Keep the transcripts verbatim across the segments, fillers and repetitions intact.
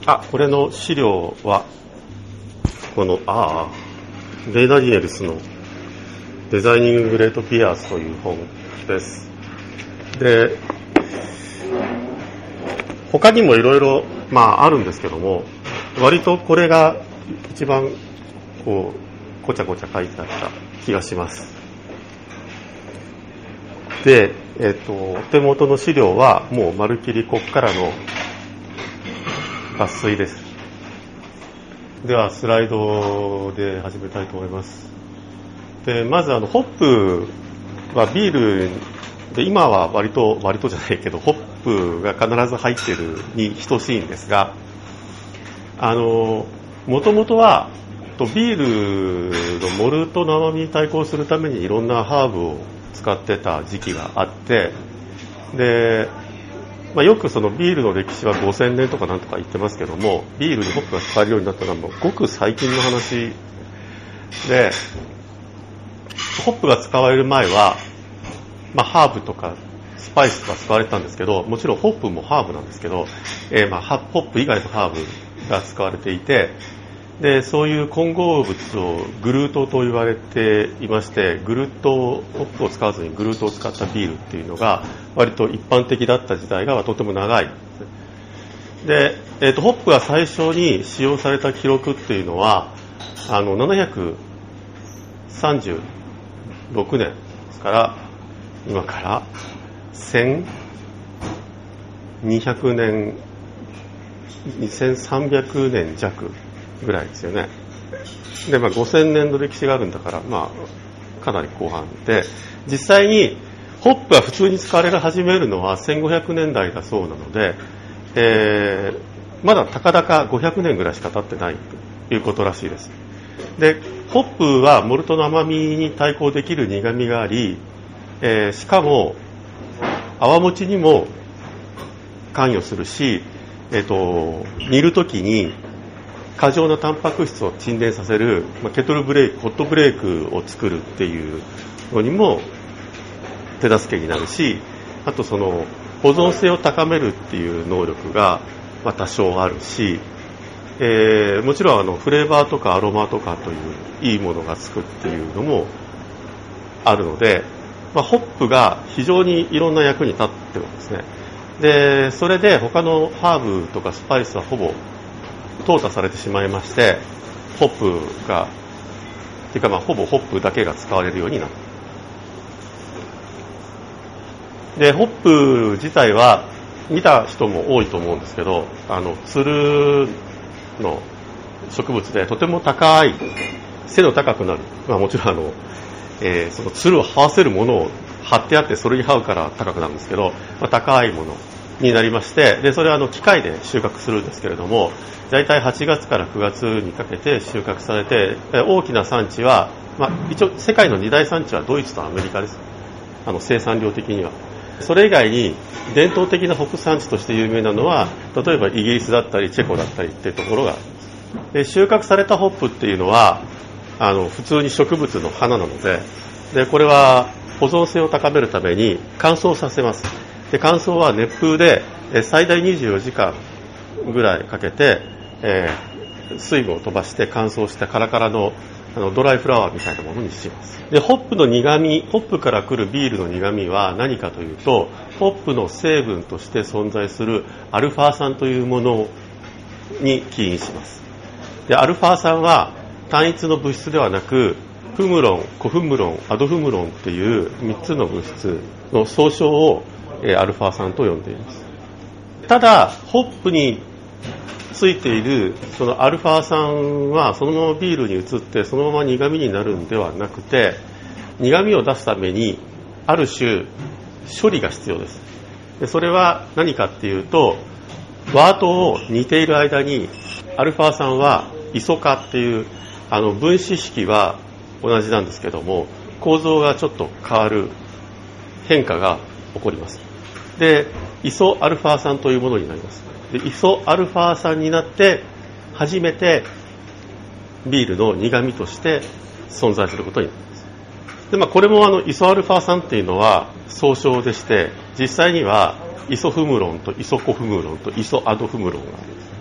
あ、これの資料はこのああレイ・ダニエルスのデザイニング・グレート・ピアースという本です。で、他にもいろいろまああるんですけども、割とこれが一番こうこちゃこちゃ書いてあった気がします。で、えっとお手元の資料はもうまるきりここからの抜粋です。ではスライドで始めたいと思います。で、まずあのホップはビールで今は割と割とじゃないけどホップが必ず入っているに等しいんですが、あの元々はビールのモルトの甘みに対抗するためにいろんなハーブを使ってた時期があって、で、まあ、よくそのビールの歴史はごせんねんとかなんとか言ってますけども、ビールにホップが使われるようになったのはもうごく最近の話で、ホップが使われる前は、まあ、ハーブとかスパイスとか使われてたんですけど、もちろんホップもハーブなんですけど、えー、まあホップ以外のハーブが使われていて、でそういう混合物をグルートと言われていまして、グルートホップを使わずにグルートを使ったビールっていうのが割と一般的だった時代がとても長いで、えー、とホップが最初に使用された記録っていうのはあのななひゃくさんじゅうろくねんですから、今からせんにひゃくねんせんさんびゃくねん弱ぐらいですよね。で、まあ、ごせんねんの歴史があるんだから、まあ、かなり後半で、実際にホップが普通に使われ始めるのはせんごひゃくねんだいだそうなので、えー、まだたかだかごひゃくねんぐらいしか経ってないということらしいです。で、ホップはモルトの甘みに対抗できる苦みがあり、えー、しかも泡持ちにも関与するし、えーと、煮るときに過剰なタンパク質を沈殿させる、まあ、ケトルブレイク、ホットブレイクを作るっていうのにも手助けになるし、あとその保存性を高めるっていう能力がまあ多少あるし、えー、もちろんあのフレーバーとかアロマとかといういいものがつくっていうのもあるので、まあ、ホップが非常にいろんな役に立ってるんですね。で、それで他のハーブとかスパイスはほぼ淘汰されてしまいまして、ホップがていうかまあほぼホップだけが使われるようになった。で、ホップ自体は見た人も多いと思うんですけど、あのつるの植物でとても高い背の高くなる、まあ、もちろんあの、えー、そのつるを這わせるものを貼ってあってそれに這うから高くなるんですけど、まあ、高いものになりまして、でそれはあの機械で収穫するんですけれども、だいたいはちがつからくがつにかけて収穫されて、大きな産地は、まあ、一応世界の二大産地はドイツとアメリカです。あの生産量的には。それ以外に伝統的なホップ産地として有名なのは、例えばイギリスだったりチェコだったりっていうところがあります。で、収穫されたホップっていうのはあの普通に植物の花なので、でこれは保存性を高めるために乾燥させます。で乾燥は熱風で最大にじゅうよじかんぐらいかけて、えー、水分を飛ばして乾燥したカラカラのあのドライフラワーみたいなものにします。でホップの苦味、ホップから来るビールの苦味は何かというと、ホップの成分として存在するアルファ酸というものに起因します。でアルファ酸は単一の物質ではなく、フムロン、コフムロン、アドフムロンっていうみっつの物質の総称を、えー、アルファ酸と呼んでいます。ただホップについているそのアルファ酸はそのままビールに移ってそのまま苦味になるんではなくて、苦味を出すためにある種処理が必要です。でそれは何かっていうと、ワートを煮ている間にアルファ酸はイソ化っていうあの分子式は同じなんですけども、構造がちょっと変わる変化が起こります。でイソアルファ酸というものになります。でイソアルファ酸になって初めてビールの苦味として存在することになります。で、まあ、これもあのイソアルファ酸っていうのは総称でして、実際にはイソフムロンとイソコフムロンとイソアドフムロンがあるんです。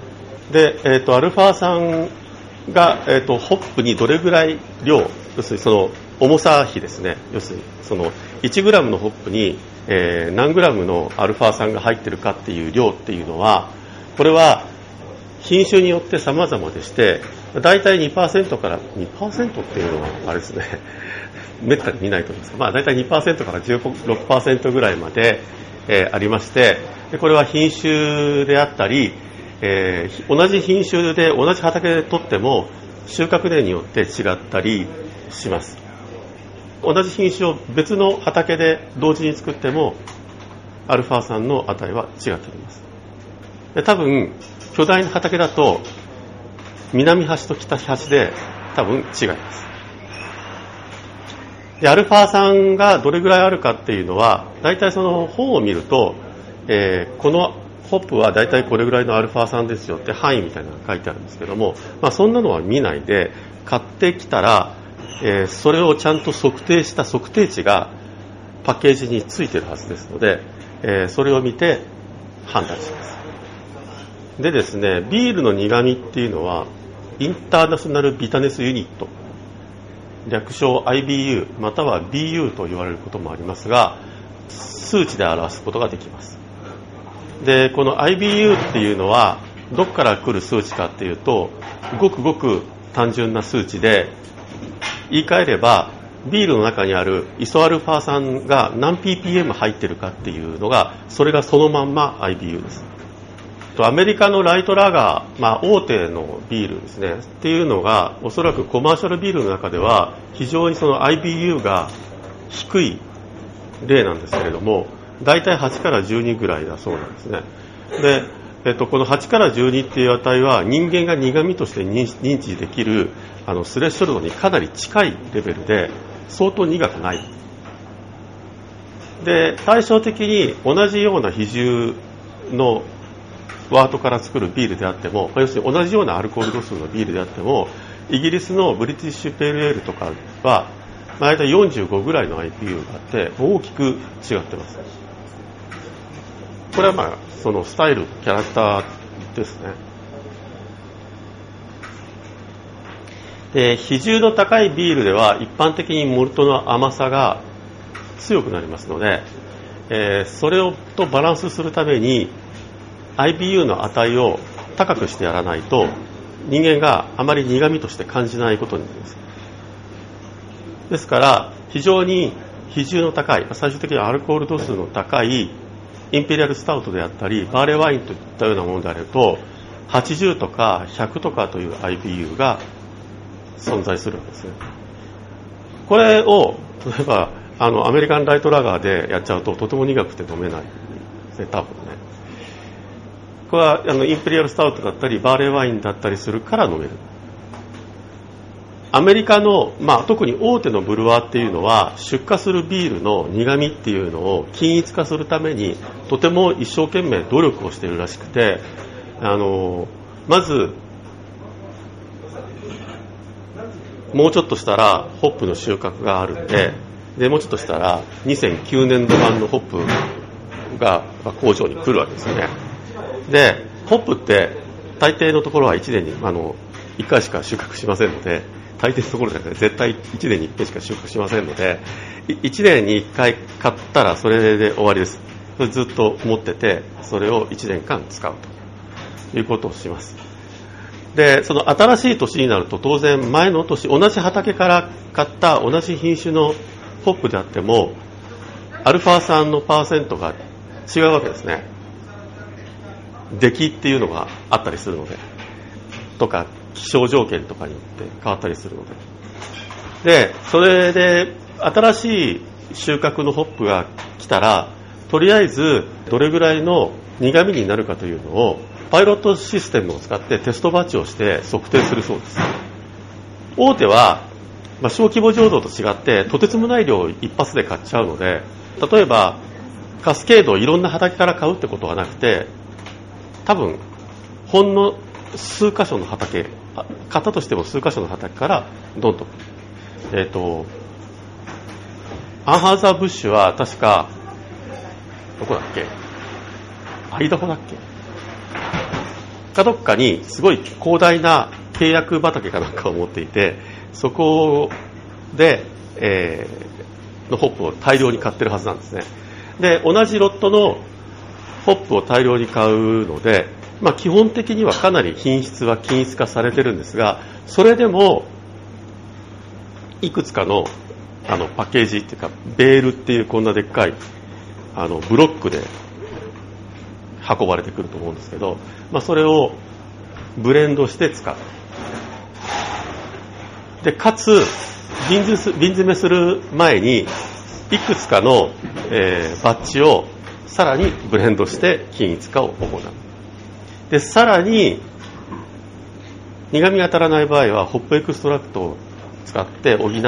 で、えー、とアルファ酸が、えー、とホップにどれぐらい量、要するにその重さ比ですね、要するにそのいちグラムのホップに、えー、何グラムのアルファ酸が入ってるかっていう量っていうのは、これは品種によって様々でして、だいたい にパーセント から にパーセント っていうのはあれですねめったに見ないと思いますが、まあ、だいたい にパーセント から じゅうろくパーセント ぐらいまで、えー、ありまして、でこれは品種であったり、えー、同じ品種で同じ畑で取っても収穫年によって違ったりします。同じ品種を別の畑で同時に作ってもアルファ酸の値は違っております。で多分巨大な畑だと南端と北端で多分違います。でアルファ酸がどれぐらいあるかっていうのは、だいたいその本を見ると、えー、このホップはだいたいこれぐらいのアルファ酸ですよって範囲みたいなのが書いてあるんですけども、まあ、そんなのは見ないで買ってきたら、えー、それをちゃんと測定した測定値がパッケージについてるはずですので、えー、それを見て判断します。でですね、ビールの苦味っていうのはインターナショナルビタネスユニット、略称 アイビーユー または ビーユー と言われることもありますが、数値で表すことができます。でこの アイビーユー っていうのはどこから来る数値かっていうと、ごくごく単純な数値で、言い換えればビールの中にあるイソアルファ酸が何 ピーピーエム 入ってるかっていうのが、それがそのまんま アイビーユー です。アメリカのライトラガー、まあ、大手のビールですねっていうのが、おそらくコマーシャルビールの中では非常にその アイビーユー が低い例なんですけれども、だいたいはちからじゅうにぐらいだそうなんですね。で、えっと、このはちからじゅうにっていう値は人間が苦味として認知できるあのスレッショルドにかなり近いレベルで、相当苦くない。で対照的に同じような比重のワートから作るビールであっても、要するに同じようなアルコール度数のビールであっても、イギリスのブリティッシュペールエールとかは大体よんじゅうごぐらいの アイピーユー があって大きく違ってます。これはまあそのスタイル、キャラクターですね。で比重の高いビールでは一般的にモルトの甘さが強くなりますので、えー、それをとバランスするために アイビーユー の値を高くしてやらないと人間があまり苦味として感じないことになります。ですから非常に比重の高い、最終的にアルコール度数の高いインペリアルスタウトであったりバーレーワインといったようなものであるとはちじゅうとかひゃくとかという アイビーユー が存在するんですね。これを例えばあのアメリカンライトラガーでやっちゃうととても苦くて飲めないですね、多分ね。これはあのインペリアルスタウトだったりバーレーワインだったりするから飲める。アメリカの、まあ、特に大手のブルワーっていうのは出荷するビールの苦味っていうのを均一化するためにとても一生懸命努力をしているらしくて、あのまずもうちょっとしたらホップの収穫があるんで、でもうちょっとしたらにせんきゅうねんど版のホップが工場に来るわけですよね。でホップって大抵のところはいちねんにあのいっかいしか収穫しませんので、大抵のところじゃなくて絶対いちねんにいっかいしか収穫しませんので、いちねんにいっかい買ったらそれで終わりです。それずっと持っててそれをいちねんかん使うということをします。でその新しい年になると当然前の年同じ畑から買った同じ品種のホップであってもアルファ酸のパーセントが違うわけですね。出来っていうのがあったりするのでとか気象条件とかによって変わったりするので、でそれで新しい収穫のホップが来たらとりあえずどれぐらいの苦味になるかというのをパイロットシステムを使ってテストバッチをして測定するそうです。大手は、まあ、小規模醸造と違ってとてつもない量を一発で買っちゃうので、例えばカスケードをいろんな畑から買うってことはなくて、多分ほんの数箇所の畑、買ったとしても数箇所の畑からどんと、えっとアンハーザーブッシュは確かどこだっけ、アイダホだっけ、 かどっかにすごい広大な契約畑かなんかを持っていて、そこで、えー、のホップを大量に買ってるはずなんですね。で、同じロットのホップを大量に買うので、まあ、基本的にはかなり品質は均一化されてるんですが、それでもいくつかのあのパッケージっていうかベールっていうこんなでっかいあのブロックで運ばれてくると思うんですけど、まあ、それをブレンドして使う。でかつ瓶詰めする前にいくつかの、えー、バッジをさらにブレンドして均一化を行う。でさらに苦味が足らない場合はホップエクストラクトを使って補って、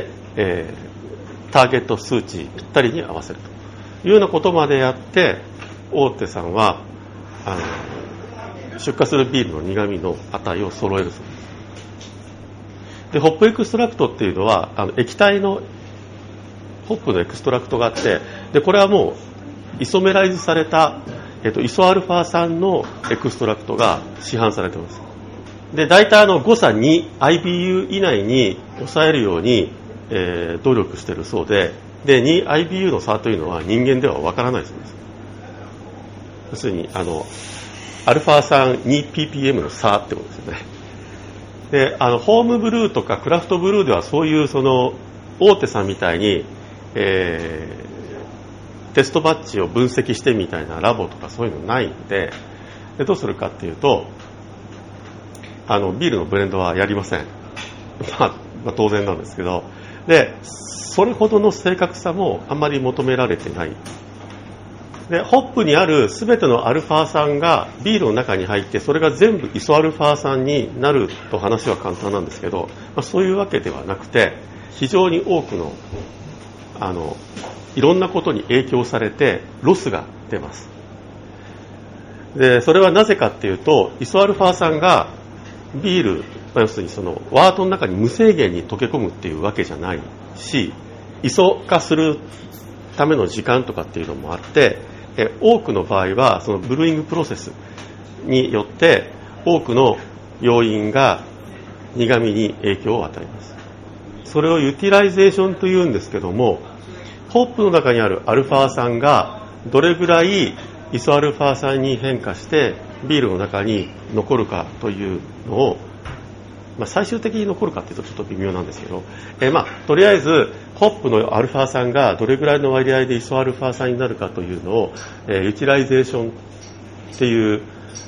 えー、ターゲット数値ぴったりに合わせるというようなことまでやって大手さんはあの出荷するビールの苦味の値を揃えるそうです。でホップエクストラクトっていうのはあの液体のホップのエクストラクトがあって、でこれはもうイソメライズされた、えっと、イソアルファ酸のエクストラクトが市販されています。で大体あの誤差 にアイビーユー 以内に抑えるように、えー、努力しているそうで、で にアイビーユー の差というのは人間ではわからないそうです。要するにあのアルファ酸 にピーピーエム の差ってことですよね。であのホームブルーとかクラフトブルーではそういうその大手さんみたいに、えー、テストバッジを分析してみたいなラボとかそういうのないので、でどうするかっていうとあのビールのブレンドはやりません。まあ、まあ当然なんですけど、でそれほどの正確さもあんまり求められてない。でホップにある全てのアルファ酸がビールの中に入って、それが全部イソアルファ酸になると話は簡単なんですけど、まあ、そういうわけではなくて非常に多くのあのいろんなことに影響されてロスが出ます。でそれはなぜかっていうと、イソアルファ酸がビール、まあ、要するにそのワートの中に無制限に溶け込むっていうわけじゃないし、イソ化するための時間とかっていうのもあって、え多くの場合はそのブルーイングプロセスによって多くの要因が苦味に影響を与えます。それをユーティライゼーションというんですけども、ホップの中にあるアルファ酸がどれぐらいイソアルファ酸に変化してビールの中に残るかというのを、まあ、最終的に残るかというとちょっと微妙なんですけど、えーまあ、とりあえずホップのアルファ酸がどれぐらいの割合でイソアルファ酸になるかというのを、えー、ユーティライゼーションっていう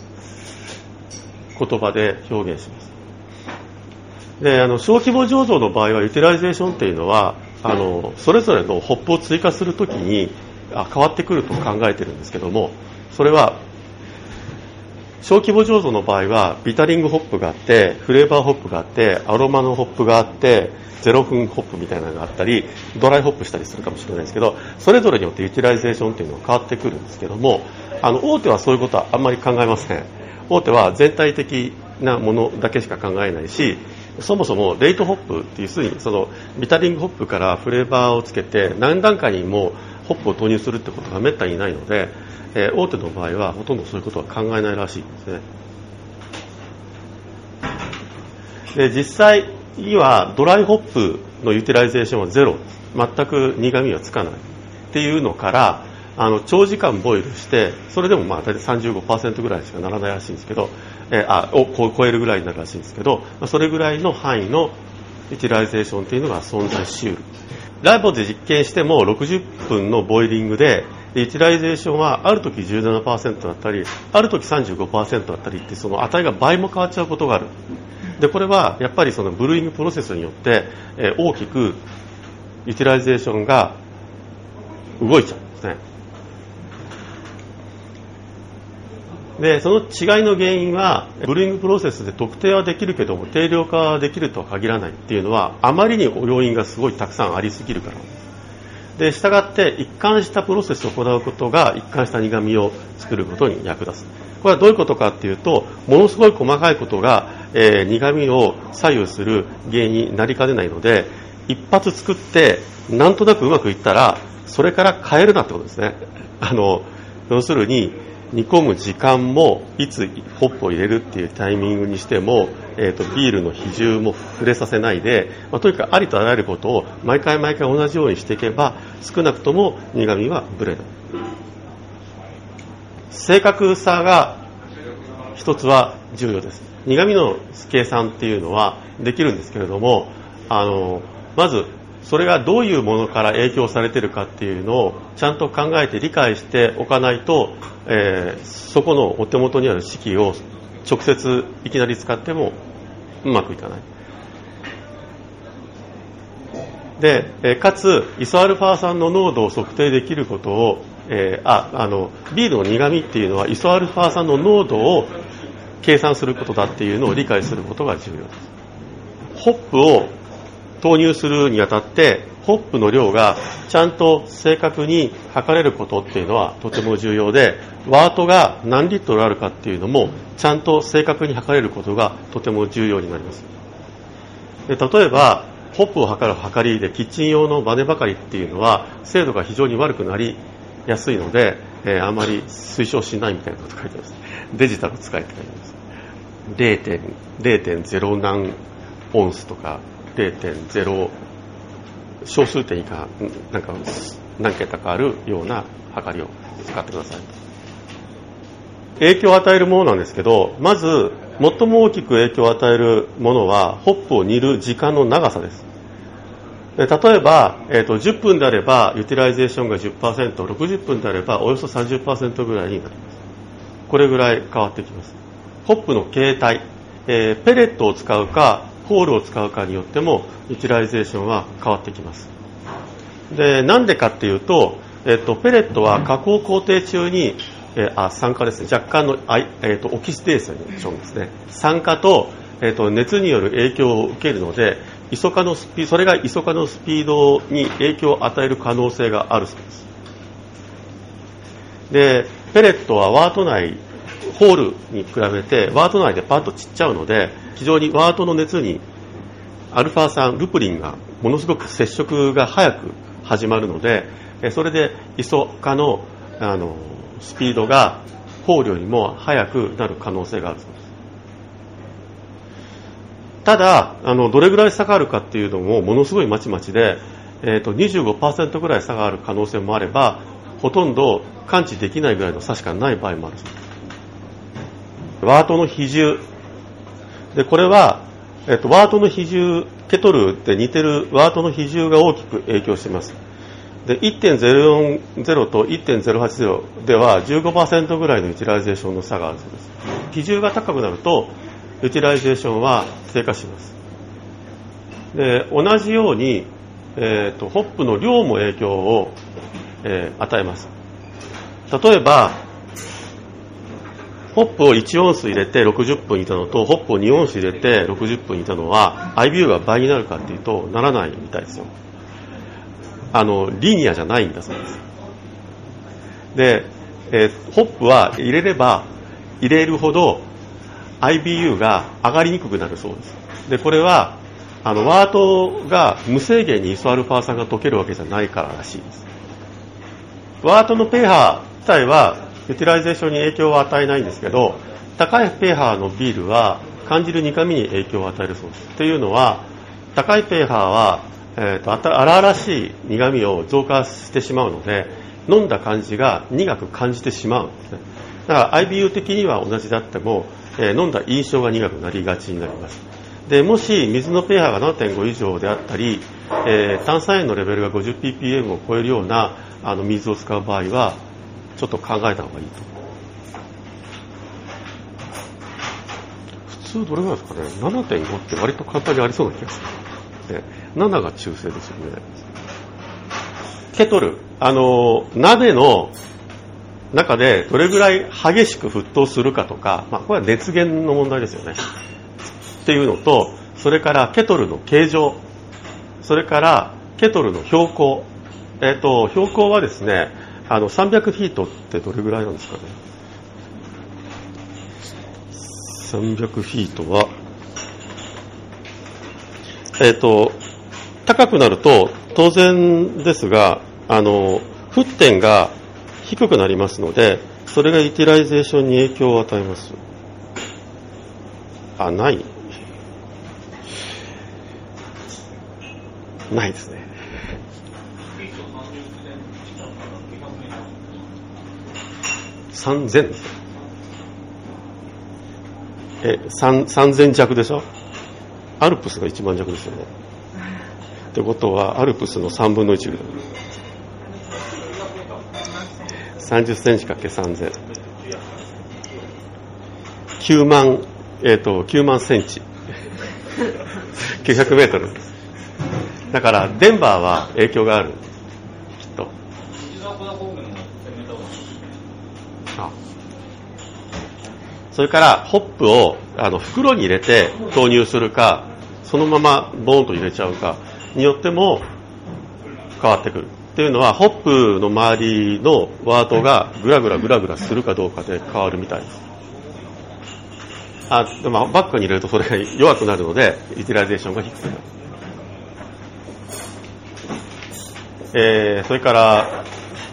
言葉で表現します。であの小規模醸造の場合はユーティライゼーションっていうのはあのそれぞれのホップを追加するときにあ変わってくると考えてるんですけども、それは小規模醸造の場合はビタリングホップがあって、フレーバーホップがあって、アロマのホップがあって、ゼロ分ホップみたいなのがあったり、ドライホップしたりするかもしれないですけど、それぞれによってユーティライゼーションというのは変わってくるんですけども、あの大手はそういうことはあんまり考えません。大手は全体的なものだけしか考えないし、そもそもレイトホップっていうすでにそのビタリングホップからフレーバーをつけて何段階にもホップを投入するってことがめったにないので、えー、大手の場合はほとんどそういうことは考えないらしいんですね。で実際にはドライホップのユーティライゼーションはゼロ、全く苦味はつかないっていうのから、あの長時間ボイルしてそれでもまあ大体 さんじゅうごパーセント ぐらいしかならないらしいんですけど、えー、あを超えるぐらいになるらしいんですけど、それぐらいの範囲のユーティライゼーションというのが存在しうる。ラボで実験してもろくじゅっぷんのボイリングでユーティライゼーションはある時 じゅうななパーセント だったり、ある時 さんじゅうごパーセント だったりって、その値が倍も変わっちゃうことがある。でこれはやっぱりそのブルーイングプロセスによって、えー、大きくユーティライゼーションが動いちゃうんですね。でその違いの原因はブルーイングプロセスで特定はできるけども定量化はできるとは限らないっていうのは、あまりに要因がすごいたくさんありすぎるからで、したがって一貫したプロセスを行うことが一貫した苦味を作ることに役立つ。これはどういうことかっていうと、ものすごい細かいことが、えー、苦味を左右する原因になりかねないので、一発作ってなんとなくうまくいったらそれから変えるなってことですね。あの要するに煮込む時間もいつホップを入れるっていうタイミングにしても、えー、とビールの比重も触れさせないで、まあ、とにかくありとあらゆることを毎回毎回同じようにしていけば少なくとも苦味はブレない。正確さが一つは重要です。苦味の計算っていうのはできるんですけれども、あのまずそれがどういうものから影響されているかっていうのをちゃんと考えて理解しておかないと、えー、そこのお手元にある式を直接いきなり使ってもうまくいかない。で、えー、かつイソアルファ酸の濃度を測定できることを、えー、ああのビールの苦味っていうのはイソアルファ酸の濃度を計算することだっていうのを理解することが重要です。ホップを投入するにあたってホップの量がちゃんと正確に測れることっていうのはとても重要で、ワートが何リットルあるかっていうのもちゃんと正確に測れることがとても重要になります。で、例えばホップを測る測りでキッチン用のバネばかりっていうのは精度が非常に悪くなりやすいので、えー、あまり推奨しないみたいなこと書いてます。デジタル使えって書いてます。れいてんゼロ 何オンスとか れいてんゼロ 小数点以下なんか何桁かあるような測りを使ってください。影響を与えるものなんですけど、まず最も大きく影響を与えるものはホップを煮る時間の長さです。で、例えば、えーと、じゅっぷんであればユーティライゼーションが じゅっパーセント、ろくじゅっぷんであればおよそ さんじゅっパーセント ぐらいになります。これぐらい変わってきます。ホップの形態、えー、ペレットを使うかホールを使うかによってもユーティライゼーションは変わってきます。で、なんでかっていうと、えっと、ペレットは加工工程中に、えー、あ酸化ですね、若干の、えー、とオキシデーションですね、酸化と、えー、と熱による影響を受けるので、イソ化のスピそれがイソ化のスピードに影響を与える可能性があるそうです。で、ペレットはワート内ホールに比べてワート内でパッと散っちゃうので、非常にワートの熱にアルファ酸ルプリンがものすごく接触が早く始まるので、それでイソ化の、あのスピードがホールよりも速くなる可能性があるそうです。ただあのどれぐらい差があるかっていうのもものすごいまちまちで、えーと、にじゅうごパーセント ぐらい差がある可能性もあれば、ほとんど感知できないぐらいの差しかない場合もあるそうです。ワートの比重で、これは、えっと、ワートの比重、ケトルって似てるワートの比重が大きく影響しています。で、いってんゼロよんゼロ と いってんゼロはちゼロ では じゅうごパーセント ぐらいのユーティライゼーションの差があるそうです。比重が高くなるとユーティライゼーションは低下します。で、同じように、えーと、ホップの量も影響を、えー、与えます。例えばホップをいちオンス入れてろくじゅっぷん煮たのとホップをにオンス入れてろくじゅっぷん煮たのは アイビーユー が倍になるかっていうとならないみたいですよ。あのリニアじゃないんだそうです。で、えー、ホップは入れれば入れるほど アイビーユー が上がりにくくなるそうです。で、これはあのワートが無制限にイソアルファ酸が溶けるわけじゃないかららしいです。ワートの pH 自体はユーティライゼーションに影響は与えないんですけど、高い pH のビールは感じる苦味に影響を与えるそうです。というのは、高い pH は、えーと、荒々しい苦味を増加してしまうので、飲んだ感じが苦く感じてしまうんですね。だから アイビーユー 的には同じであっても、えー、飲んだ印象が苦くなりがちになります。で、もし水の pH が ななてんご 以上であったり、えー、炭酸塩のレベルが ごじゅうピーピーエム を超えるようなあの水を使う場合はちょっと考えた方がいいと。普通どれぐらいですかね。 ななてんご って割と簡単にありそうな気がする、ね、ななが中性ですよね。ケトル、あの鍋の中でどれぐらい激しく沸騰するかとか、まあ、これは熱源の問題ですよねっていうのと、それからケトルの形状、それからケトルの標高、えっと標高はですね、あのさんびゃくフィートってどれぐらいなんですかね。さんびゃくフィートはえっと高くなると当然ですが、あの沸点が低くなりますので、 それがユーティライゼーションに影響を与えます。あ、ないないですね。さんぜんですね。え、さんぜん弱でしょ。アルプスがいちまん弱ですよね。ってことはアルプスのさんぶんのいちぐらい。さんじゅっセンチかけさんぜん。きゅうまん、えっと、きゅうまんセンチ。きゅうひゃくメートルです。だから、デンバーは影響がある。きっと。あ。それから、ホップをあの袋に入れて投入するか、そのままボーンと入れちゃうかによっても変わってくる。っていうのは、ホップの周りのワードがグラグラグラグラするかどうかで変わるみたいです。あ、でもバックに入れるとそれが弱くなるので、ユーティライゼーションが低くなる。えー、それから、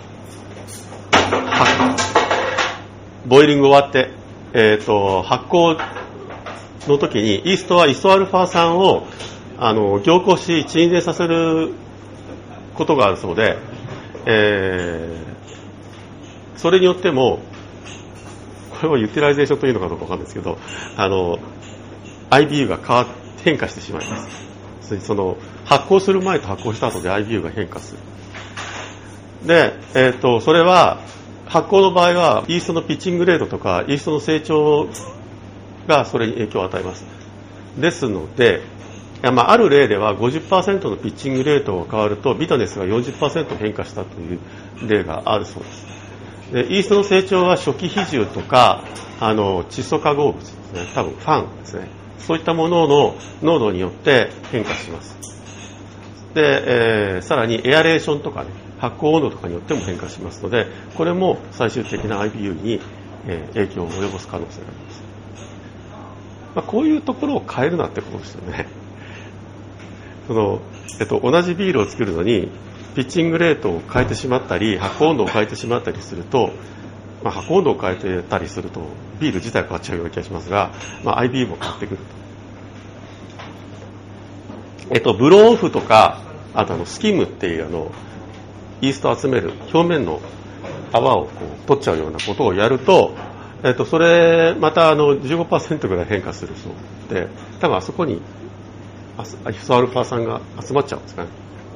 ボイリング終わって、えーと、発酵の時に、イーストはイソアルファ酸を、あの、凝固し、沈殿させることがあるそうで、えー、それによっても、これをユーティライゼーションというのかどうかわかんないですけど、あの、アイビーユー が変わ変化してしまいます。その発酵する前と発酵した後で アイビーユー が変化する。で、えっと、それは発酵の場合はイーストのピッチングレートとかイーストの成長がそれに影響を与えます。ですので、いやまあ、ある例では ごじゅっパーセント のピッチングレートが変わるとビタネスが よんじゅっパーセント 変化したという例があるそうです。でイーストの成長は初期比重とかあの窒素化合物ですね、多分ファンですね、そういったものの濃度によって変化します。で、えー、さらにエアレーションとかね、発酵温度とかによっても変化しますので、これも最終的な アイビーユー に、えー、影響を及ぼす可能性があります。まあ、こういうところを変えるなってことですよね。その、えっと、同じビールを作るのにピッチングレートを変えてしまったり発酵温度を変えてしまったりすると、まあ、発酵温度を変えてたりするとビール自体変わっちゃうような気がしますが、まあ、アイビーユー も変わってくると。えっと、ブローオフとかあとあのスキムっていうあのイーストを集める表面の泡をこう取っちゃうようなことをやると、えっと、それまたあの じゅうごパーセント ぐらい変化するそうで、多分あそこにイソアルファ酸が集まっちゃうんですかね。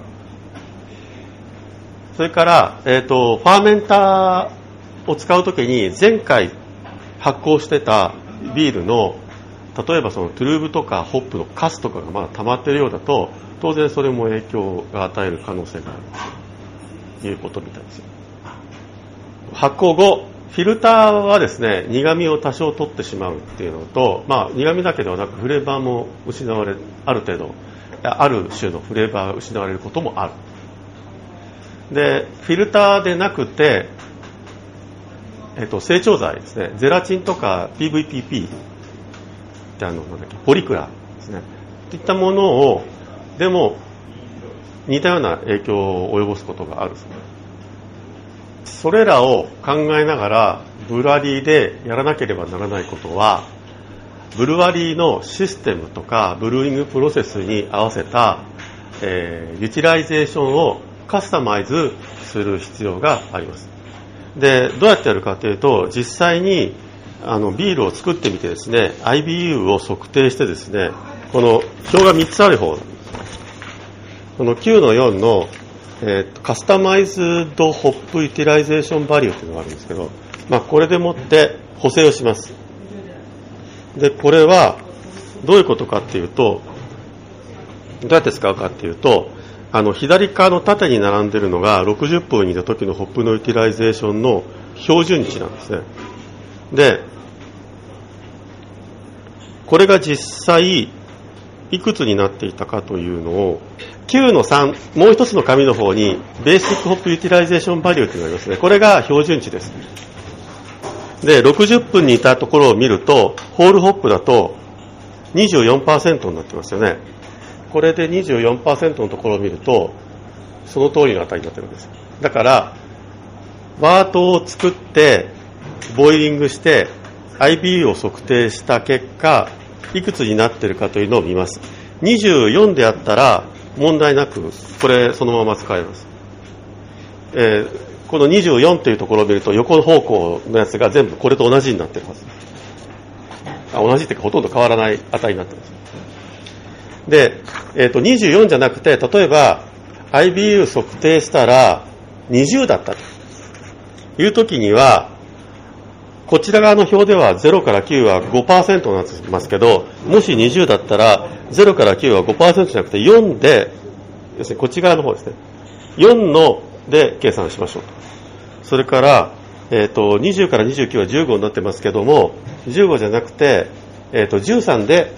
それから、えっと、ファーメンターを使うときに前回発酵してたビールの例えばそのトゥルーブとかホップのカスとかがまだ溜まっているようだと、当然それも影響が与える可能性があるということみたいですよ。発酵後、フィルターはですね、苦味を多少取ってしまうっていうのと、まあ苦味だけではなくフレーバーも失われる、ある程度、ある種のフレーバーが失われることもある。で、フィルターでなくて、えっと、成長剤ですね、ゼラチンとか ピーブイピーピー、あのなんだっけポリクラですねといったものをでも似たような影響を及ぼすことがある。それらを考えながらブルワリーでやらなければならないことは、ブルワリーのシステムとかブルーイングプロセスに合わせた、えー、ユーティライゼーションをカスタマイズする必要があります。で、どうやってやるかというと、実際にあのビールを作ってみてですね、 アイビーユー を測定してですね、この表がみっつある方、このきゅうのよんの、えー、カスタマイズドホップユーティライゼーションバリューというのがあるんですけど、まあ、これでもって補正をします。で、これはどういうことかっていうと、どうやって使うかっていうと、あの左側の縦に並んでいるのがろくじゅっぷん煮た時のホップのユーティライゼーションの標準値なんですね。で、これが実際いくつになっていたかというのをきゅうのさん、もう一つの紙の方にベーシックホップユーティライゼーションバリューというのがありますね。これが標準値です。で、ろくじゅっぷん煮たところを見るとホールホップだと にじゅうよんパーセント になってますよね。これで にじゅうよんパーセント のところを見るとその通りの値になってるんです。だからバートを作ってボイリングして アイビーユー を測定した結果いくつになっているかというのを見ます。にじゅうよんであったら問題なくこれそのまま使えます。えーこのにじゅうよんというところを見ると横方向のやつが全部これと同じになっているはず。あ、同じっていうかほとんど変わらない値になっています。で、えーと、にじゅうよんじゃなくて例えば アイビーユー 測定したらにじゅうだったという時にはこちら側の表ではゼロからきゅうは ごパーセント になってますけど、もしにじゅうだったらゼロからきゅうは ごパーセント じゃなくてよんで、要するにこっち側の方ですね、よんので計算しましょうと。それから、えー、とにじゅうからにじゅうきゅうはじゅうごになってますけども、じゅうごじゃなくて、えー、とじゅうさんで、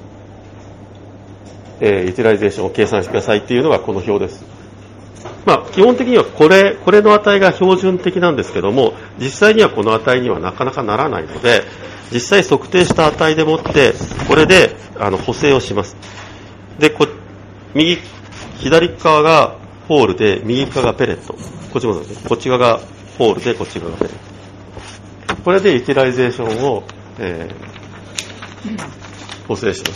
えー、ユーティライゼーションを計算してくださいっていうのがこの表です。まあ、基本的にはこれ、これの値が標準的なんですけども、実際にはこの値にはなかなかならないので、実際測定した値でもってこれであの補正をします。で、こ右左側がホールで右側がペレット、こっちもですね、こっち側がホールでこっち側がペレット、これでユーティライゼーションを、えー、補正します。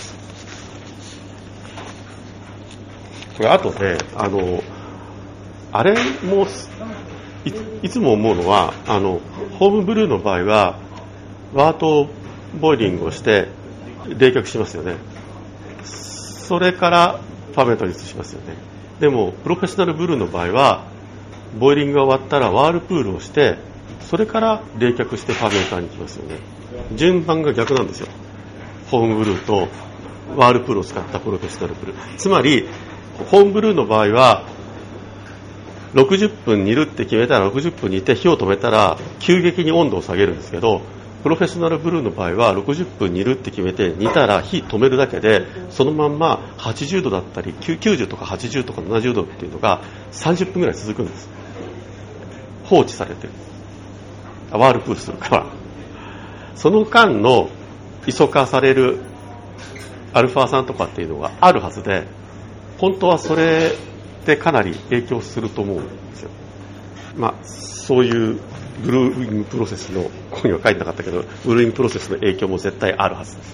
これあとね、あのあれも い, いつも思うのは、あのホームブルーの場合はワートボイリングをして冷却しますよね。それからファーメントに移しますよね。でもプロフェッショナルブルーの場合はボイリングが終わったらワールプールをしてそれから冷却してファーメンターに行きますよね。順番が逆なんですよ。ホームブルーとワールプールを使ったプロフェッショナルブルー、つまりホームブルーの場合はろくじゅっぷん煮るって決めたらろくじゅっぷん煮て火を止めたら急激に温度を下げるんですけど、プロフェッショナルブルーの場合はろくじゅっぷん煮るって決めて煮たら火止めるだけでそのまんまはちじゅうどだったりきゅうじゅうとかはちじゅうとかななじゅうどっていうのがさんじゅっぷんぐらい続くんです。放置されてる、ワールプールするから。その間のイソ化されるアルファ酸とかっていうのがあるはずで、本当はそれでかなり影響すると思うんですよ。まあそういうブルーイングプロセスの、ここには書いてなかったけど、ブルーイングプロセスの影響も絶対あるはずです。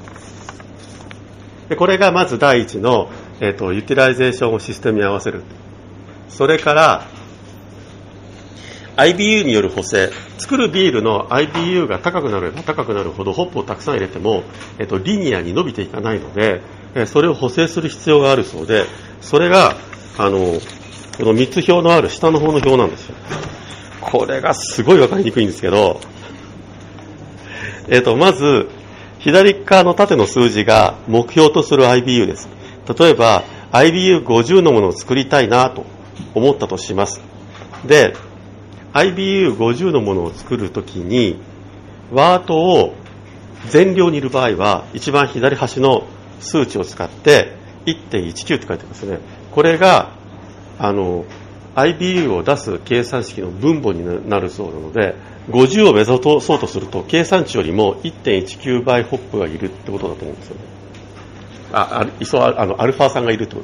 でこれがまず第一の、えーと、ユーティライゼーションをシステムに合わせる。それから アイビーユー による補正、作るビールの アイビーユー が高くなれば高くなるほどホップをたくさん入れても、えーと、リニアに伸びていかないので、えー、それを補正する必要があるそうで、それがあのこのみっつ表のある下の方の表なんですよ。これがすごい分かりにくいんですけど、えーと、まず左側の縦の数字が目標とする アイビーユー です。例えば アイビーユーごじゅう のものを作りたいなと思ったとします。で アイビーユーごじゅう のものを作るときにワートを全量にいる場合は一番左端の数値を使って いってんいちきゅう って書いてますね。これがあの アイビーユー を出す計算式の分母になるそうなので、ごじゅうを目指そうとすると計算値よりも いってんいちきゅう 倍ホップがいるってことだと思うんですよね。あ、あイソあのアルファ酸がいるって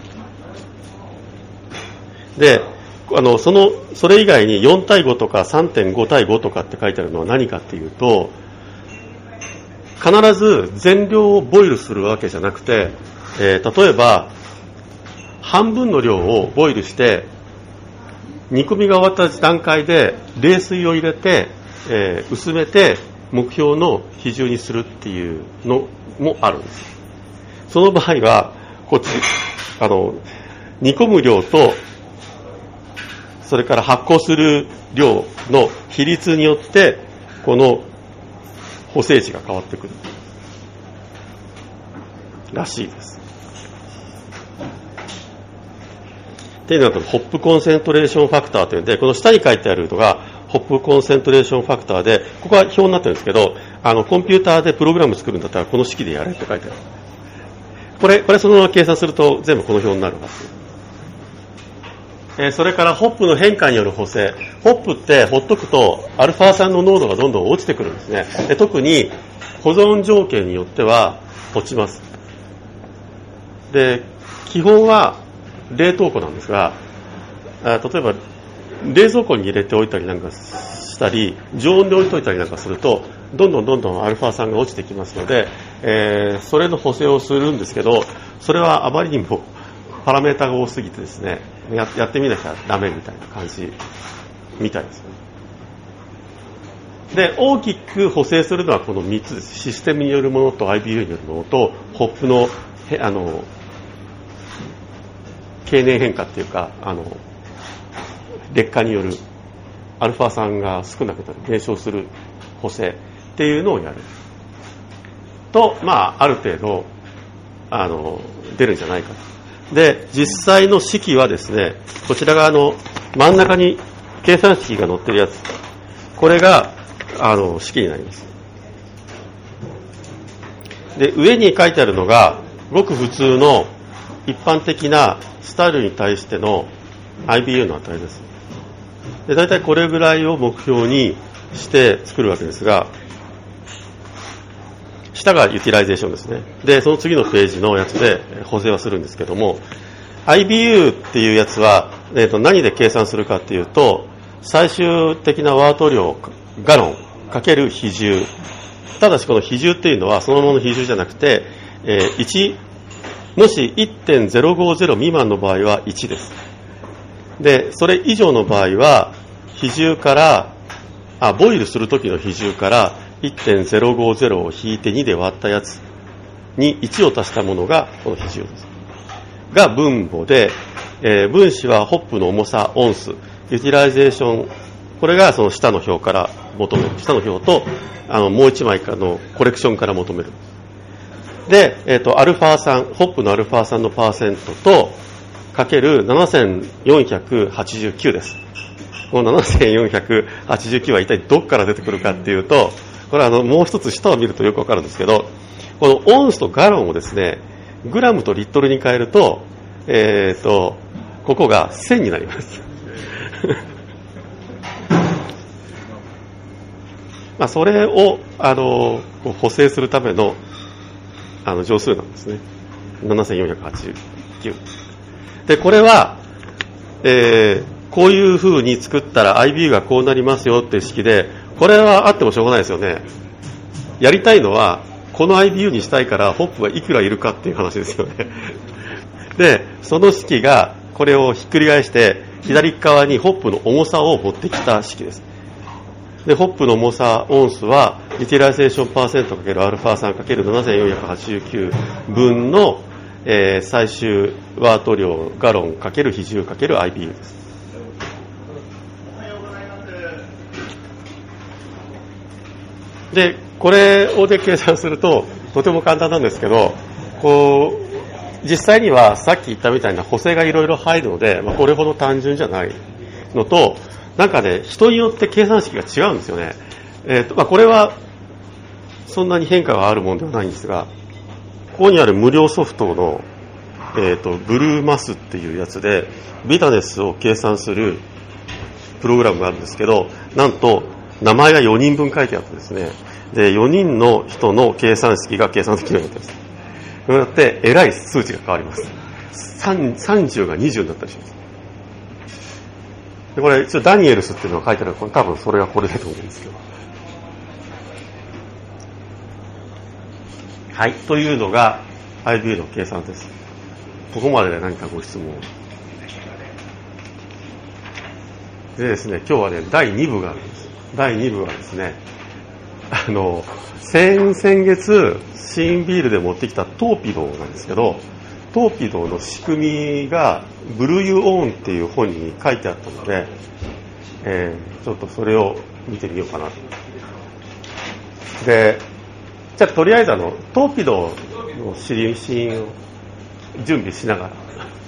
ことで、あのそのそれ以外によんたいごとか さんてんごたいごとかって書いてあるのは何かっていうと、必ず全量をボイルするわけじゃなくて、えー、例えば半分の量をボイルして煮込みが終わった段階で冷水を入れて、えー、薄めて目標の比重にするっていうのもあるんです。その場合はこっちあの煮込む量とそれから発酵する量の比率によってこの補正値が変わってくるらしいです。っていうのがホップコンセントレーションファクターというんで、この下に書いてあるのがホップコンセントレーションファクターで、ここは表になってるんですけど、あのコンピューターでプログラム作るんだったらこの式でやれって書いてある。これこれそのまま計算すると全部この表になるはず。えー、それからホップの変化による補正。ホップってほっとくとアルファ酸の濃度がどんどん落ちてくるんですね。で特に保存条件によっては落ちます。で基本は冷凍庫なんですが、あ例えば冷蔵庫に入れておいたりなんかしたり常温で置いといたりなんかするとどんどんどんどんアルファ酸が落ちてきますので、えー、それの補正をするんですけど、それはあまりにもパラメータが多すぎてですね、 や, やってみなきゃダメみたいな感じみたいですね。で、大きく補正するのはこのみっつです。システムによるものと アイビーユー によるものとホップのあの経年変化っていうか、あの劣化によるアルファ酸が少なくなる、減少する補正っていうのをやると、まあある程度あの出るんじゃないかと。で、実際の式はですね、こちら側の真ん中に計算式が載ってるやつ、これがあの式になります。で、上に書いてあるのがごく普通の一般的なスタイルに対しての アイビーユー の値です。で、大体これぐらいを目標にして作るわけですが、下がユティライゼーションですね。で、その次のページのやつで補正はするんですけども、アイビーユー っていうやつは、えーと、何で計算するかっていうと、最終的なワート量ガロンかける比重。ただしこの比重っていうのはそのものの比重じゃなくて、えー、いち、もし いってんゼロごゼロ 未満の場合はいちです。で、それ以上の場合は比重からあボイルするときの比重から いってんゼロごゼロ を引いてにで割ったやつにいちを足したものがこの比重ですが分母で、えー、分子はホップの重さオンス、ユティライゼーション、これがその下の表から求める、下の表とあのもういちまいからのコレクションから求める。で、えっと、アルファ酸、ホップのアルファ酸のパーセントと、かけるななせんよんひゃくはちじゅうきゅうです。このななせんよんひゃくはちじゅうきゅうは一体どこから出てくるかっていうと、これはあの、もう一つ下を見るとよくわかるんですけど、このオンスとガロンをですね、グラムとリットルに変えると、えっと、ここがせんになります。まあ、それを、あの、補正するための、あの、乗数なんですね。ななせんよんひゃくはちじゅうきゅう。で、これは、えー、こういう風に作ったら アイビーユー がこうなりますよっていう式で、これはあってもしょうがないですよね。やりたいのは、この アイビーユー にしたいからホップがいくらいるかっていう話ですよね。で、その式が、これをひっくり返して、左側にホップの重さを持ってきた式です。で、ホップの重さオンスはユティライゼーションパーセントかけるアルファ酸かけるななせんよんひゃくはちじゅうきゅう分の、えー、最終ワート量ガロンかける比重かける アイビーユー です。で、これをで計算するととても簡単なんですけど、こう実際にはさっき言ったみたいな補正がいろいろ入るので、まあ、これほど単純じゃないのと、なんかね、人によって計算式が違うんですよね。えーとまあ、これはそんなに変化があるものではないんですが、ここにある無料ソフトの、えーと、ブルーマスっていうやつでビタネスを計算するプログラムがあるんですけど、なんと名前がよにんぶん書いてあってですね、でよにんの人の計算式が計算できるようになってます。それによってえらい数値が変わります。さんじゅうがにじゅうになったりします。でこれ一応ダニエルスっていうのが書いてある、多分それがこれだと思うんですけど、はい、というのが アイビーユー の計算です。ここまでで何かご質問でですね、今日はねだいに部があるんです。だいに部はですね、あの先々月シーンビールで持ってきたトーピドーなんですけど、トーピドーの仕組みがブルーユーオーンっていう本に書いてあったので、えー、ちょっとそれを見てみようかなと。で、じゃあとりあえずあのトーピドーのシーンを準備しなが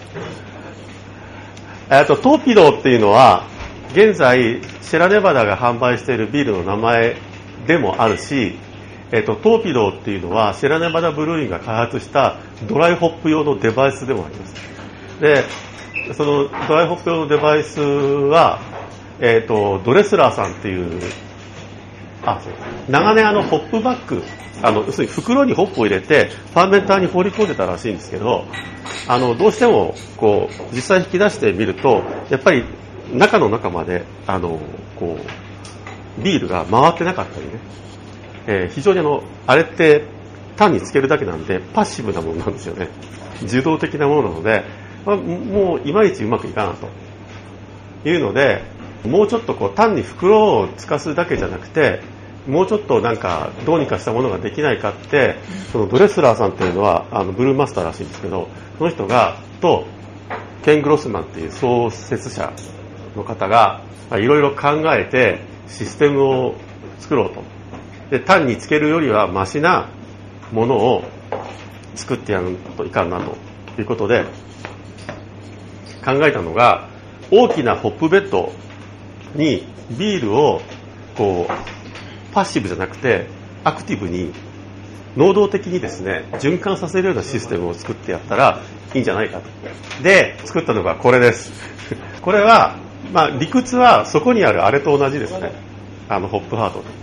ら、えっとトーピドーっていうのは現在シェラネバダが販売しているビールの名前でもあるし、えっと、トーピドーっていうのはシェラネバダブルーインが開発したドライホップ用のデバイスでもあります。で、そのドライホップ用のデバイスは、えっと、ドレスラーさんっていう、あ、そう、長年あのホップバッグ、あの、要するに袋にホップを入れてファーメンターに放り込んでたらしいんですけど、あの、どうしてもこう、実際引き出してみると、やっぱり中の中まであのこうビールが回ってなかったりね、えー、非常にあのあれって単につけるだけなんでパッシブなものなんですよね。受動的なものなので、まあ、もういまいちうまくいかなというので、もうちょっとこう単に袋をつかすだけじゃなくて、もうちょっとなんかどうにかしたものができないかって、そのドレスラーさんっていうのはあのブルーマスターらしいんですけど、その人がとケン・グロスマンっていう創設者の方がいろいろ考えてシステムを作ろうと。で、単につけるよりはマシなものを作ってやるといかんなということで考えたのが、大きなホップベッドにビールをこうパッシブじゃなくてアクティブに能動的にですね循環させるようなシステムを作ってやったらいいんじゃないかと。で作ったのがこれですこれは、まあ、理屈はそこにあるあれと同じですね。あのホップハート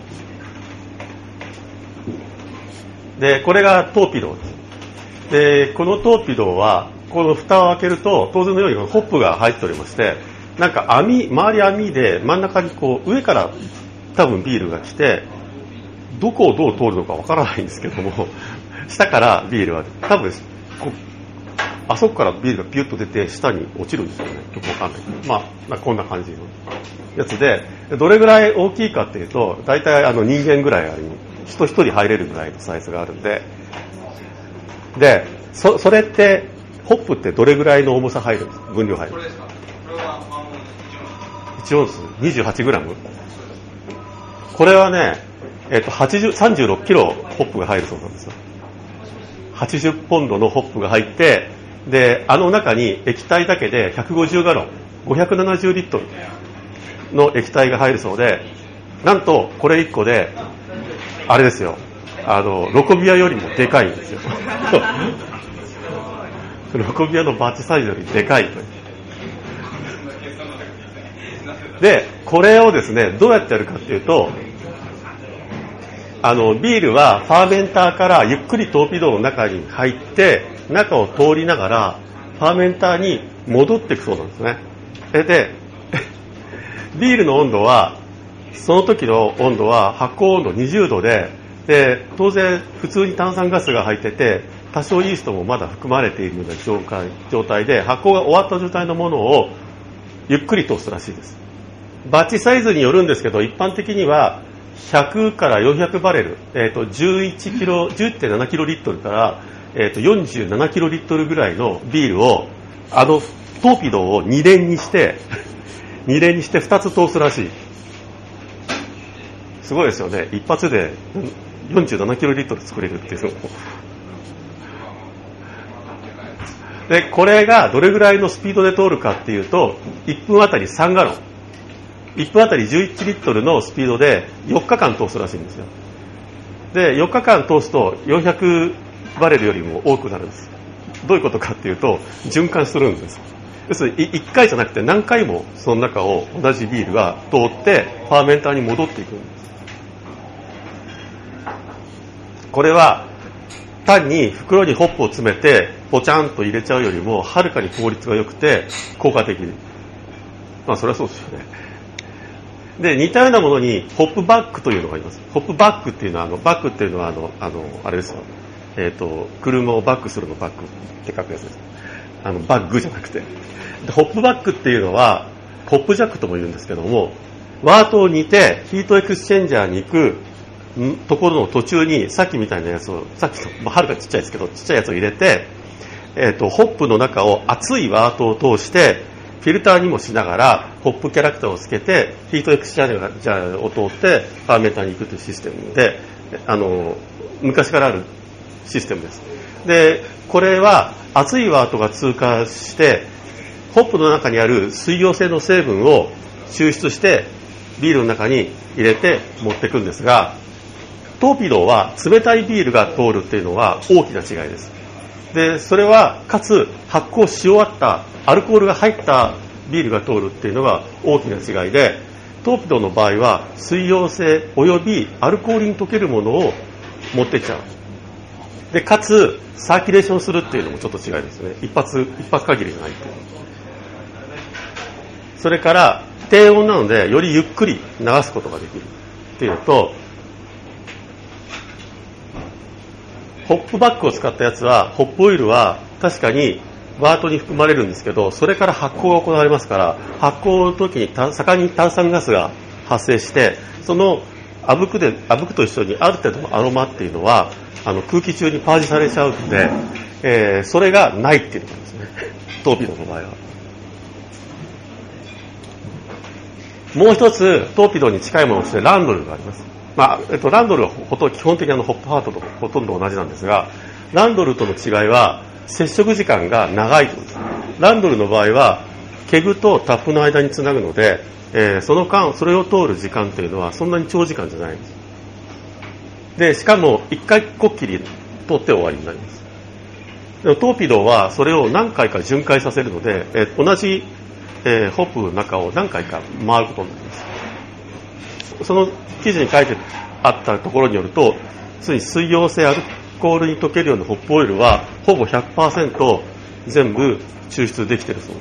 で、これがトーピドーです。で、このトーピドーはこの蓋を開けると当然のようにホップが入っておりまして、なんか網、周り網で真ん中にこう上から多分ビールが来て、どこをどう通るのかわからないんですけども、下からビールは多分こあそこからビールがピュッと出て下に落ちるんですよね。よくわかんないけど、まあ、まあこんな感じのやつで、どれぐらい大きいかっていうと、大体あの人間ぐらいある、人一人入れるぐらいのサイズがあるんで、で、そ, それってホップってどれぐらいの重さ入るんですか？分量入る。これですか？これはいちオンス にじゅうはちグラム。これはね、えっとはちじゅう、さんじゅうろっキロホップが入るそうなんですよ。はちじゅっポンドのホップが入って、で、あの中に液体だけでひゃくごじゅうガロン、ごひゃくななじゅうリットルの液体が入るそうで、なんとこれいっこであれですよ、あのロコビアよりもでかいんですよロコビアのバッチサイズよりでかいという。で、これをですね、どうやってやるかっていうと、あのビールはファーメンターからゆっくりトーピドーの中に入って中を通りながらファーメンターに戻っていくそうなんですね。で、ビールの温度はその時の温度は発酵温度にじゅうどで、で当然普通に炭酸ガスが入ってて多少イーストもまだ含まれているような状態、状態で発酵が終わった状態のものをゆっくり通すらしいです。バッチサイズによるんですけど、一般的にはひゃくからよんひゃくバレル、えー、とじゅういちキロ、じゅうてんななキロリットルから、えー、とよんじゅうななキロリットルぐらいのビールをあのトーピドーをに連にしてに連にしてふたつ通すらしい。すごいですよね。一発でよんじゅうななキロリットル作れるっていうので、これがどれぐらいのスピードで通るかっていうと、いっぷんあたりさんガロン、いっぷんあたりじゅういちリットルのスピードでよっかかん通すらしいんですよ。で、よっかかん通すとよんひゃくバレルよりも多くなるんです。どういうことかっていうと、循環するんです。要するにいっかいじゃなくて何回もその中を同じビールが通ってファーメンターに戻っていくんです。これは単に袋にホップを詰めてポチャンと入れちゃうよりもはるかに効率が良くて効果的。まあそれはそうですよね。で、似たようなものにホップバックというのがあります。ホップバックっていうのは、あのバックっていうのはあのあのあれですよ。えっと車をバックするのバックって書くやつです。あのバッグじゃなくて。で、ホップバックっていうのはホップジャックとも言うんですけども、ワートを煮てヒートエクスチェンジャーに行くところの途中にさっきみたいなやつを、さっきのはるかちっちゃいですけどちっちゃいやつを入れて、えっとホップの中を熱いワートを通してフィルターにもしながらホップキャラクターをつけてヒートエクスチェンジャーを通ってファーメンターに行くというシステムで、あの昔からあるシステムです。で、これは熱いワートが通過してホップの中にある水溶性の成分を抽出してビールの中に入れて持っていくんですが、トーピドーは冷たいビールが通るっていうのは大きな違いです。で、それはかつ発酵し終わったアルコールが入ったビールが通るっていうのが大きな違いで、トーピドーの場合は水溶性およびアルコールに溶けるものを持ってっちゃう。で、かつサーキュレーションするっていうのもちょっと違いですね。一発一発限りじゃないっていう。 それから低温なのでよりゆっくり流すことができるっていうのと、ホップバッグを使ったやつは、ホップオイルは確かにバートに含まれるんですけど、それから発酵が行われますから、発酵の時に盛んに炭酸ガスが発生して、そのあぶくであぶくと一緒にある程度のアロマっていうのはあの空気中にパージされちゃうので、えー、それがないっていうことですね。トーピドの場合は。もう一つトーピドに近いものとしてランドルがあります。まあえっと、ランドルはほと基本的にあのホップハートとほとんど同じなんですが、ランドルとの違いは接触時間が長いということです。ランドルの場合はケグとタップの間につなぐので、えー、その間それを通る時間というのはそんなに長時間じゃないんです。でしかも一回こっきり通って終わりになります。でもトーピドはそれを何回か巡回させるので、えー、同じ、えー、ホップの中を何回か回ることになります。その記事に書いてあったところによると、ついに水溶性アルコールに溶けるようなホップオイルはほぼ ひゃくパーセント 全部抽出できているそうです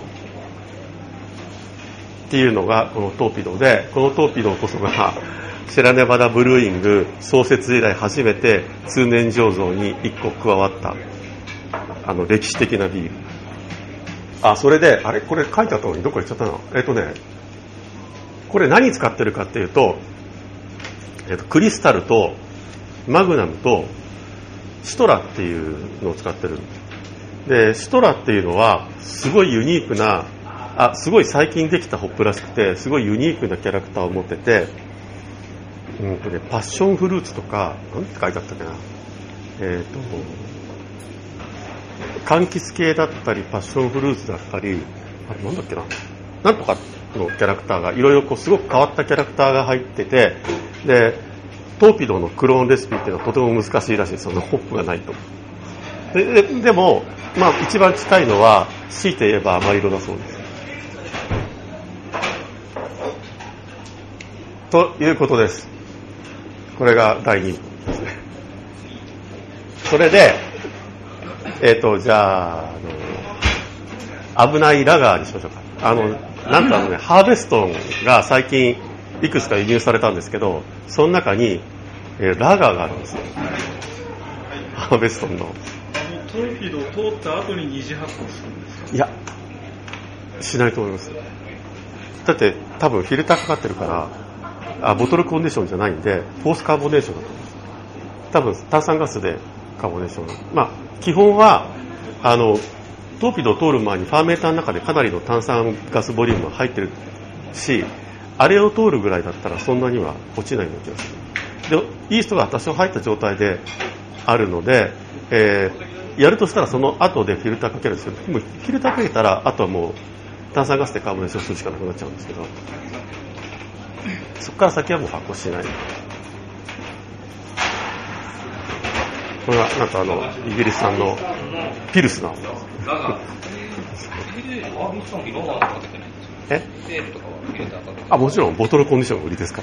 っていうのがこのトーピドで、このトーピドこそがシェラネバダブルーイング創設以来初めて通年醸造にいっこ加わったあの歴史的なビール。あ、それであれこれ書いてあったのにどこ行っちゃったの。えっとねこれ何使ってるかっていうと、えっと、クリスタルとマグナムとシトラっていうのを使ってる。でシトラっていうのはすごいユニークなあすごい最近できたホップらしくて、すごいユニークなキャラクターを持ってて、うんとね、パッションフルーツとかなんて書いてあったっけな、えっと柑橘系だったりパッションフルーツだったり、あれなんだっけな、なんとかのキャラクターがいろいろこうすごく変わったキャラクターが入ってて、でトーピドのクローンレシピっていうのはとても難しいらしい。そのホップがないと。で, で, でも、まあ、一番近いのは強いて言えば甘色だそうです。ということです。これがだいにですね。それで、えっ、ー、とじゃあ、あの危ないラガーにしましょうか。あのなんかあのね、ハーベストンが最近いくつか輸入されたんですけど、その中に、えー、ラガーがあるんですよ。ハーベストンの。 トーピドを通った後に二次発酵するんですか？ いや、しないと思います。だって多分フィルターかかってるから、あボトルコンディションじゃないんで、フォースカーボネーションだと思います。多分炭酸ガスでカーボネーション。まあ基本はあのトーピドを通る前にファーメーターの中でかなりの炭酸ガスボリュームが入ってるし、あれを通るぐらいだったらそんなには落ちないような気がする。でイーストが多少入った状態であるので、えー、やるとしたらその後でフィルターかけるんですけど、でもフィルターかけたらあとはもう炭酸ガスでカーボネーションするしかなくなっちゃうんですけど、そこから先はもう発酵しない。これはなんかあのイギリス産のピルスナーえあもちろんボトルコンディションが売りですから。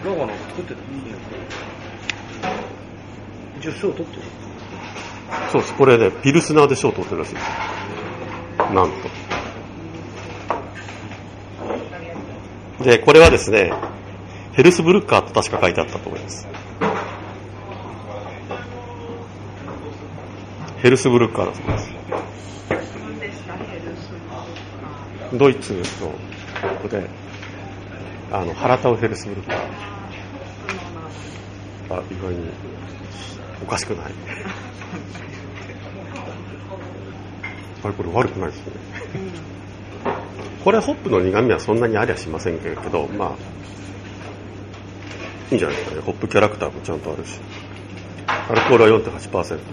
一応賞取ってる。 そうです。これねピルスナーで賞取ってるらしいです。なんとでこれはですねヘルスブルッカーと確か書いてあったと思います。ヘルスブルッカーだと思います。ドイツのここであのハタウヘルスブルッカー、あ意外におかしくないあれこれ悪くないですよねこれホップの苦味はそんなにありゃしませんけど、まあいいんじゃないですかね。ホップキャラクターもちゃんとあるし、アルコールは よんてんはちパーセント。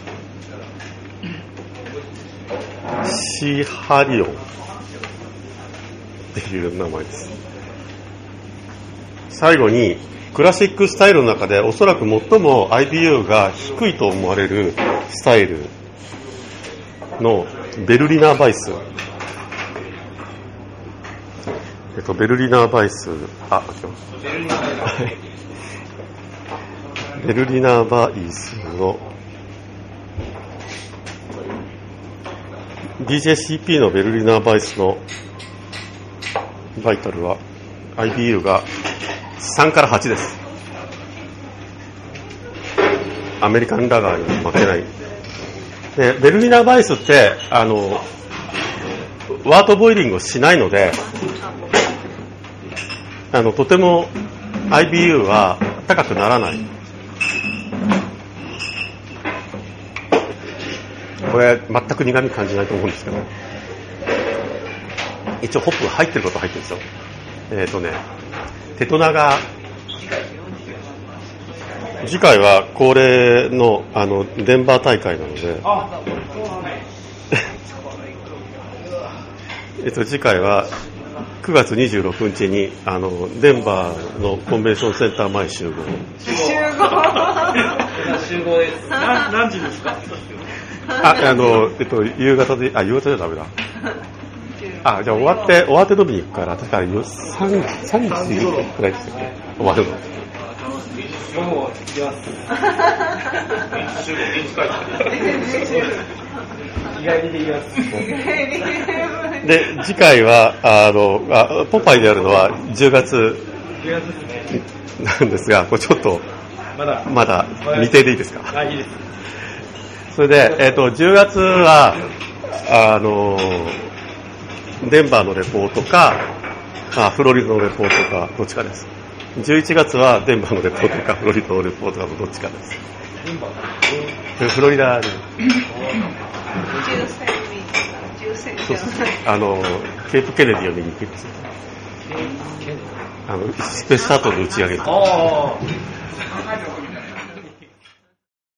シーハリオンっていう名前です。最後にクラシックスタイルの中でおそらく最も アイビーユー が低いと思われるスタイルのベルリナーバイス、えっとベルリナーバイスあベルリナーバイスの ディージェーシーピー のベルリナーバイスのバイタルは アイビーユー がさんからはちです。アメリカンラガーに負けない。でベルリナバイスってあのワートボイリングをしないので、あのとても アイビーユー は高くならない。これ全く苦味感じないと思うんですけど、一応ホップが入ってること入ってるんですよ。えっ、ー、とねテトナが次回は恒例のあのデンバー大会なのでえっと次回はくがつにじゅうろくにちにあのデンバーのコンベンションセンター前集合。 集合集合です。何, 何時ですか？ あ、あのえっと夕方で、あ夕方じゃダメだ。あ、じゃあ終わって終わって飲みに行くから確かにさんじくらいですよね。終わるの。 もう行きます。集合現地会日帰りで行きます。 で次回はあのあポパイでやるのはじゅうがつなんですが、これちょっとまだまだ未定でいいですか？ あ、いいです。 それで、えー、とじゅうがつはあのデンバーのレポートかあフロリダのレポートかどっちかです。じゅういちがつはデンバーのレポートかフロリダのレポートかどっちかです。フロリダにそうそうあのケープケネディを見に行くんですよ。あのスペースシャトルの打ち上げ。